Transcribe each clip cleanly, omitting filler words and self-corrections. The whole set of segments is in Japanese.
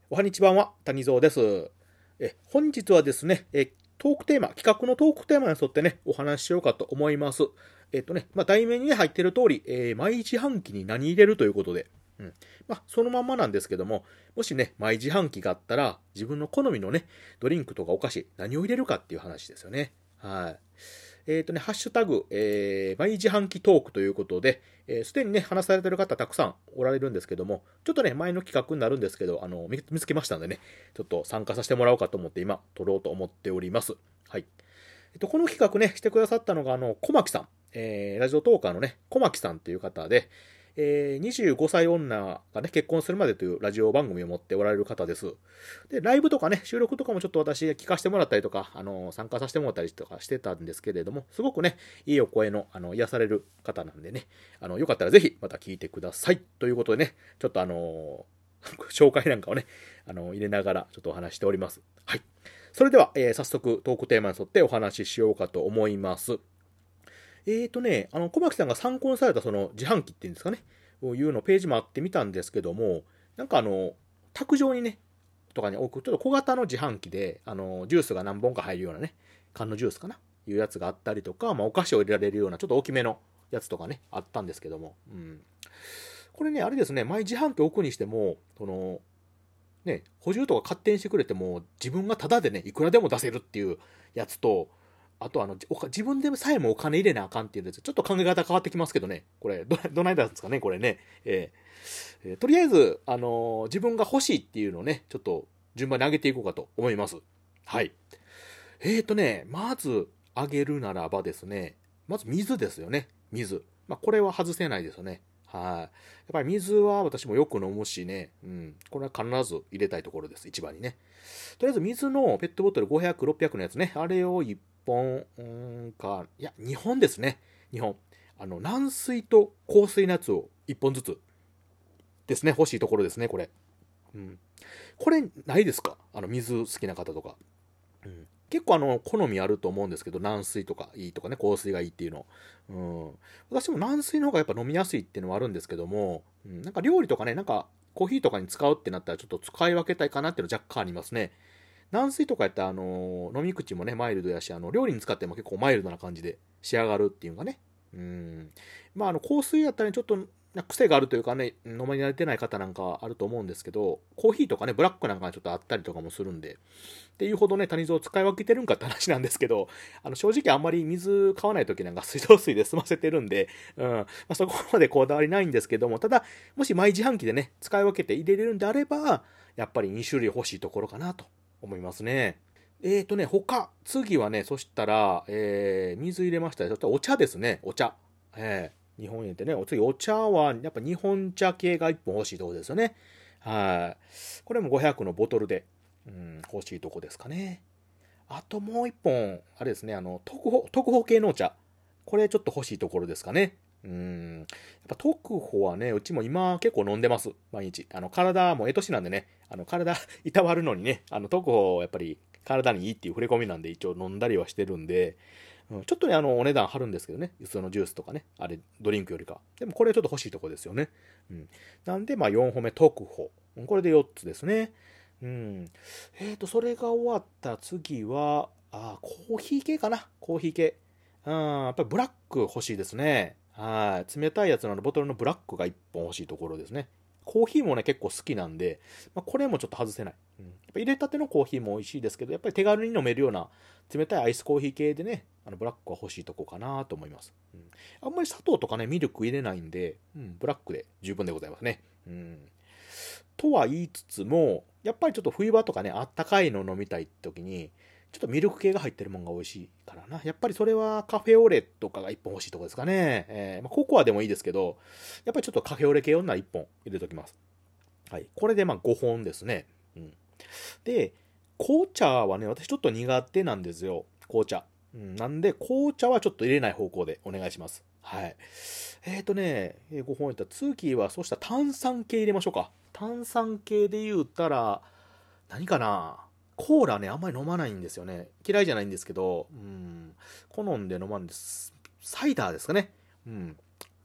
おはにちばんは、谷蔵です。本日はですね、トークテーマ、企画のトークテーマに沿ってね、お話ししようかと思います。題名にね入っている通り、毎自販機に何入れるということで、そのまんまなんですけども、もしね、毎自販機があったら、自分の好みのね、ドリンクとかお菓子、何を入れるかっていう話ですよね。はい。ハッシュタグ、毎自販機トークということで、すでにね、話されてる方たくさんおられるんですけども、ちょっとね、前の企画になるんですけど、見つけましたんでね、ちょっと参加させてもらおうかと思って今、撮ろうと思っております。はい。この企画ね、してくださったのが、小牧さん、ラジオトーカーのね、小牧さんという方で、25歳女がね、結婚するまでというラジオ番組を持っておられる方です。で、ライブとかね、収録とかもちょっと私聞かせてもらったりとか、参加させてもらったりとかしてたんですけれども、すごくね、いいお声の、癒される方なんでね、よかったらぜひまた聞いてください。ということでね、ちょっと紹介なんかをね、入れながらちょっとお話しております。はい。それでは、早速トークテーマに沿ってお話ししようかと思います。小牧さんが参考にされたその自販機っていうんですかね、こういうのページもあってみたんですけども、なんか卓上にね、とかに置く、ちょっと小型の自販機で、ジュースが何本か入るようなね、缶のジュースかな、いうやつがあったりとか、お菓子を入れられるような、ちょっと大きめのやつとかね、あったんですけども、これね、あれですね、毎自販機置くにしても、補充とか勝手にしてくれても、自分がタダでね、いくらでも出せるっていうやつと、あと自分でさえもお金入れなあかんっていうやつ、ちょっと考え方変わってきますけどね。これ、どないだんですかね、これね。とりあえず、自分が欲しいっていうのをね、ちょっと順番に上げていこうかと思います。はい。まず、上げるならばですね、まず水ですよね。水。これは外せないですよね。はい。やっぱり水は私もよく飲むしね、これは必ず入れたいところです、一番にね。とりあえず水のペットボトル500、600のやつね、あれを1本、いや、2本ですね。2本。軟水と硬水のやつを1本ずつですね、欲しいところですね、これ。うん。これ、ないですか？水好きな方とか。結構好みあると思うんですけど、軟水とかいいとかね、硬水がいいっていうの。私も軟水の方がやっぱ飲みやすいっていうのはあるんですけども、なんか料理とかね、なんかコーヒーとかに使うってなったらちょっと使い分けたいかなっていうの若干ありますね。軟水とかやったら飲み口もね、マイルドやし、料理に使っても結構マイルドな感じで仕上がるっていうのがね。香水やったらね、ちょっと癖があるというかね、飲まれ慣れてない方なんかあると思うんですけど、コーヒーとかね、ブラックなんかちょっとあったりとかもするんで、っていうほどね、谷蔵を使い分けてるんかって話なんですけど、正直あんまり水買わない時なんか水道水で済ませてるんで、そこまでこだわりないんですけども、ただ、もし毎自販機でね、使い分けて入れれるんであれば、やっぱり2種類欲しいところかなと思いますね。次はね、そしたら、水入れましたね。そしたらお茶ですね、お茶。日本円でね、次お茶は、やっぱ日本茶系が1本欲しいところですよね。はい。これも500のボトルで、欲しいとこですかね。あともう一本、あれですね、特保系のお茶。これちょっと欲しいところですかね。やっぱ特保はね、うちも今結構飲んでます。毎日。体も年なんでね、体いたわるのにね、特保やっぱり体にいいっていう触れ込みなんで一応飲んだりはしてるんで、ちょっとね、お値段張るんですけどね、普通のジュースとかね、あれ、ドリンクよりか。でもこれちょっと欲しいとこですよね。なんで、4本目特保。これで4つですね。それが終わった次は、コーヒー系かな。コーヒー系。やっぱりブラック欲しいですね。はい。冷たいやつのボトルのブラックが1本欲しいところですね。コーヒーもね、結構好きなんで、これもちょっと外せない。やっぱ入れたてのコーヒーも美味しいですけど、やっぱり手軽に飲めるような冷たいアイスコーヒー系でね、ブラックは欲しいとこかなと思います。あんまり砂糖とかね、ミルク入れないんで、ブラックで十分でございますね。とは言いつつも、やっぱりちょっと冬場とかね、あったかいの飲みたい時に、ちょっとミルク系が入ってるもんが美味しいからな。やっぱりそれはカフェオレとかが1本欲しいとこですかね。ココアでもいいですけど、やっぱりちょっとカフェオレ系女1本入れときます。はい。これで5本ですね。で、紅茶はね、私ちょっと苦手なんですよ。紅茶。なんで、紅茶はちょっと入れない方向でお願いします。はい。5本いったら次は、そうしたら炭酸系入れましょうか。炭酸系で言うたら、何かな、コーラね、あんまり飲まないんですよね。嫌いじゃないんですけど、好んで飲まんです。サイダーですかね。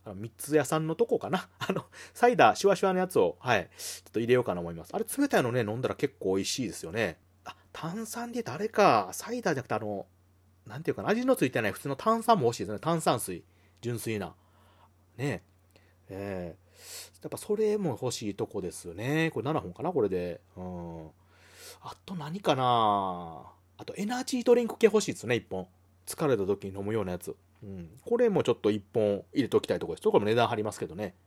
三つ屋さんのとこかな。サイダー、シュワシュワのやつを、はい、ちょっと入れようかなと思います。あれ、冷たいのね、飲んだら結構美味しいですよね。あ、炭酸で言うとあれか、サイダーじゃなくてなんていうかな、味のついてない普通の炭酸も欲しいですね。炭酸水。純粋な。ねえ。やっぱそれも欲しいとこですね。これ7本かな、これで。うん。あと何かな、あとエナジードリンク系欲しいですね、1本。疲れた時に飲むようなやつ。うん。これもちょっと1本入れておきたいところです。これも値段張りますけどね。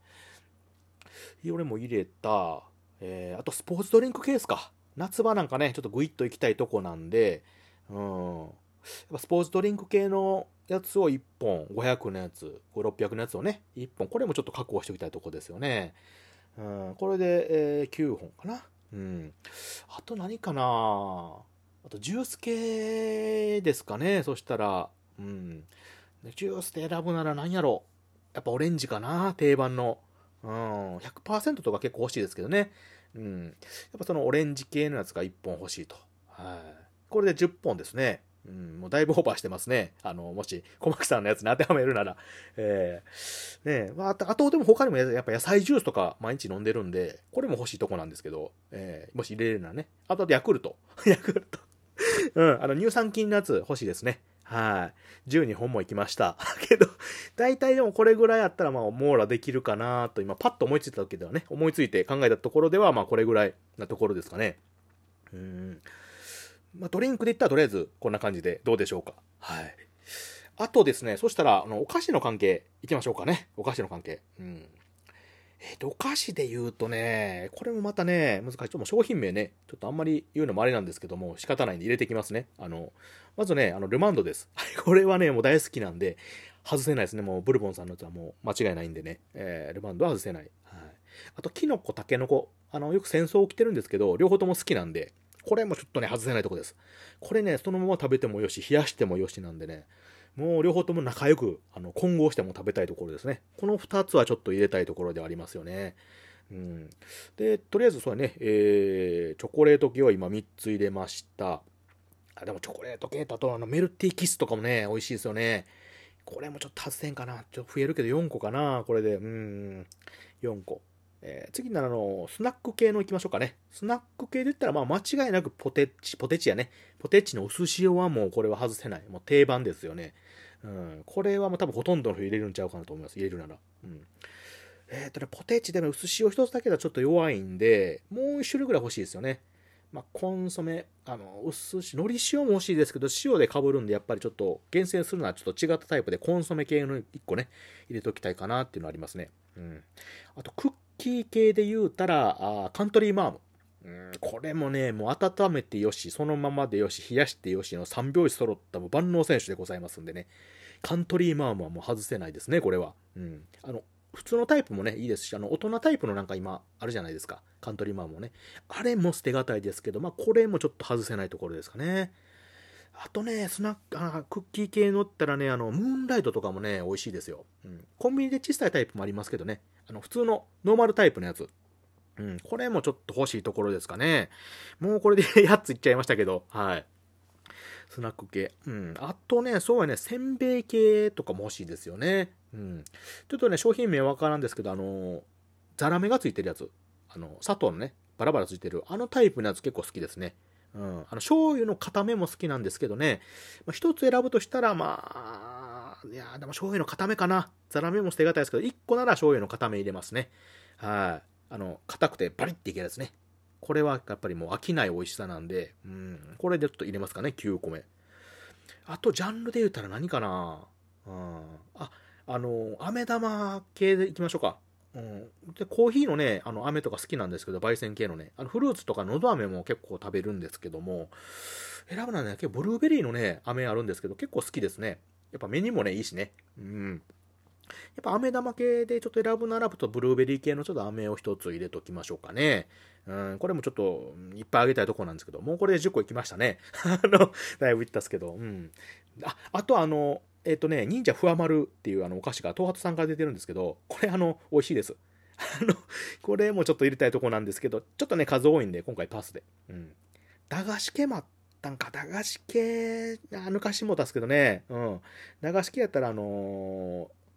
俺も入れた。あとスポーツドリンク系ですか。夏場なんかね、ちょっとグイッと行きたいとこなんで、うん。やっぱスポーツドリンク系のやつを1本、500のやつ、600のやつをね、1本、これもちょっと確保しておきたいとこですよね。うん、これで、9本かな。うん。あと何かな、あとジュース系ですかね。そしたら、うん。ジュースで選ぶなら何やろう。やっぱオレンジかな、定番の。うん。100% とか結構欲しいですけどね。うん。やっぱそのオレンジ系のやつが1本欲しいと。はい。これで10本ですね。うん、もうだいぶオーバーしてますね。もし、小牧さんのやつに当てはめるなら。ねえ、まあ、あとでも他にもやっぱ野菜ジュースとか毎日飲んでるんで、これも欲しいとこなんですけど、もし入れれるならね。あとヤクルト。ヤクルト。うん、乳酸菌のやつ欲しいですね。はい。12本も行きました。けど、大体でもこれぐらいあったら、まあ、網羅できるかなと、今、パッと思いついた時ではね、思いついて考えたところでは、まあ、これぐらいなところですかね。うん。まあ、ドリンクで言ったらとりあえずこんな感じでどうでしょうか。はい。あとですね、そしたら、お菓子の関係いきましょうかね。お菓子の関係。うん。お菓子で言うとね、これもまたね、難しい。ちょっともう商品名ね、ちょっとあんまり言うのもあれなんですけども、仕方ないんで入れていきますね。まずね、ルマンドです。これはね、もう大好きなんで、外せないですね。もう、ブルボンさんのやつはもう間違いないんでね。ルマンドは外せない。はい。あと、キノコ、タケノコ。よく戦争起きてるんですけど、両方とも好きなんで、これもちょっとね、外せないとこです。これね、そのまま食べてもよし、冷やしてもよしなんでね、もう両方とも仲良く、混合しても食べたいところですね。この2つはちょっと入れたいところではありますよね。うん。で、とりあえずそうね、チョコレート系は今3つ入れました。あ、でもチョコレート系だとメルティーキスとかもね、美味しいですよね。これもちょっと外せんかな。ちょっと増えるけど4個かな。これで、4個。次ならスナック系の行きましょうかね。スナック系で言ったら、まあ間違いなくポテチやね。ポテチの薄塩はもうこれは外せない。もう定番ですよね。うん。これはもう多分ほとんどの人入れるんちゃうかなと思います。入れるなら。うん。ポテチでも薄塩一つだけではちょっと弱いんで、もう一種類ぐらい欲しいですよね。まあ、コンソメ、薄塩、海苔塩も欲しいですけど、塩で被るんで、やっぱりちょっと厳選するのはちょっと違ったタイプで、コンソメ系の1個ね、入れときたいかなっていうのありますね。うん。あと、クッキー系で言うたら、カントリーマーム。うん、これもね、もう温めてよし、そのままでよし、冷やしてよしの3拍子揃った万能選手でございますんでね。カントリーマームはもう外せないですね、これは。うん。普通のタイプもね、いいですし、大人タイプのなんか今、あるじゃないですか。カントリーマームもね。あれも捨てがたいですけど、まあ、これもちょっと外せないところですかね。あとね、クッキー系のったらね、ムーンライトとかもね、美味しいですよ。うん。コンビニで小さいタイプもありますけどね。普通のノーマルタイプのやつ。うん。これもちょっと欲しいところですかね。もうこれで8ついっちゃいましたけど、はい。スナック系。うん。あとね、そうやね、せんべい系とかも欲しいですよね。うん。ちょっとね、商品名わからんですけど、ザラメがついてるやつ。砂糖のね、バラバラついてる。タイプのやつ結構好きですね。うん。醤油の固めも好きなんですけどね。まあ、一つ選ぶとしたら、まあ、いやでも醤油の固めかな。ザラメも捨てがたいですけど、一個なら醤油の固め入れますね。はい。硬くてバリッていけるやつね。これはやっぱりもう飽きない美味しさなんで、うん、これでちょっと入れますかね、9個目。あと、ジャンルで言ったら何かな、うん、飴玉系でいきましょうか。うん、でコーヒーのね、飴とか好きなんですけど、焙煎系のね、フルーツとかのど飴も結構食べるんですけども、選ぶのはね、結構ブルーベリーのね、飴あるんですけど、結構好きですね。やっぱ目にもね、いいしね。うん。やっぱ飴玉系でちょっと選ぶならとブルーベリー系のちょっと飴を一つ入れときましょうかね。うん、これもちょっといっぱいあげたいところなんですけど、もうこれで10個いきましたね。だいぶいったっすけど。うん。あと忍者ふわまるっていうお菓子が東発さんから出てるんですけど、これ美味しいです。これもちょっと入れたいところなんですけど、ちょっとね、数多いんで、今回パスで。うん。駄菓子系もあったんか、駄菓子系、抜かしもたすけどね。うん。駄菓子系やったら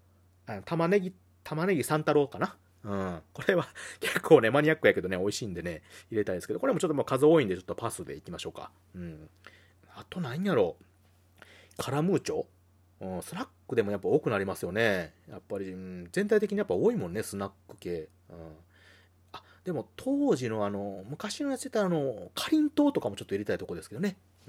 玉ねぎ三太郎かな。うん。これは結構ね、マニアックやけどね、美味しいんでね、入れたいですけど、これもちょっとまあ数多いんで、ちょっとパスでいきましょうか。うん。あと何やろう。カラムーチョ、うん、スナックでもやっぱ多くなりますよね。やっぱり、うん、全体的にやっぱ多いもんね、スナック系。うん。あ、でも当時の昔のやつでたかりんとうとかもちょっと入れたいとこですけどね。うん。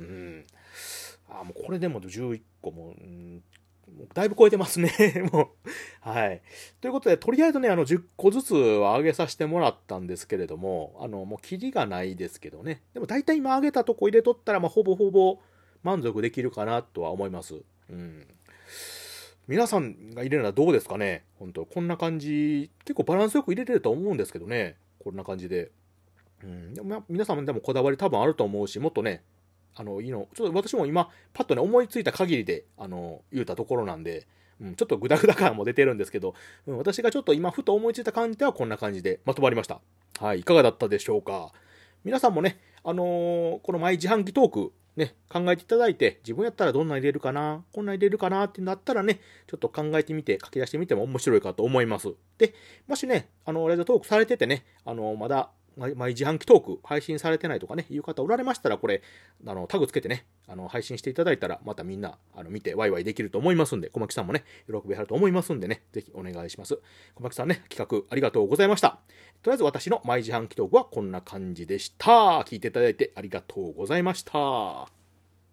あ、もうこれでも11個も、うん、だいぶ超えてますね。もう。はい。ということで、とりあえずね、10個ずつは上げさせてもらったんですけれども、もうキリがないですけどね。でも大体今上げたとこ入れとったら、まあ、ほぼほぼ満足できるかなとは思います。うん。皆さんが入れるのはどうですかね。本当こんな感じ、結構バランスよく入れれると思うんですけどね。こんな感じで。うん。でもまあ皆さんでもこだわり多分あると思うし、もっとね、いいの、ちょっと私も今、パッとね、思いついた限りで、言うたところなんで、うん、ちょっとグダグダ感も出てるんですけど、うん、私がちょっと今、ふと思いついた感じではこんな感じでまとまりました。はい、いかがだったでしょうか。皆さんもね、この毎自販機トーク、ね、考えていただいて、自分やったらどんな入れるかな、こんな入れるかなってなったらね、ちょっと考えてみて、書き出してみても面白いかと思います。で、もしね、ラジオトークされててね、まだ、毎自販機トーク配信されてないとかね、いう方おられましたら、これ、タグつけてね、配信していただいたら、またみんな、見てワイワイできると思いますんで、小牧さんもね、喜びはると思いますんでね、ぜひお願いします。小牧さんね、企画ありがとうございました。とりあえず私の毎自販機トークはこんな感じでした。聞いていただいてありがとうございました。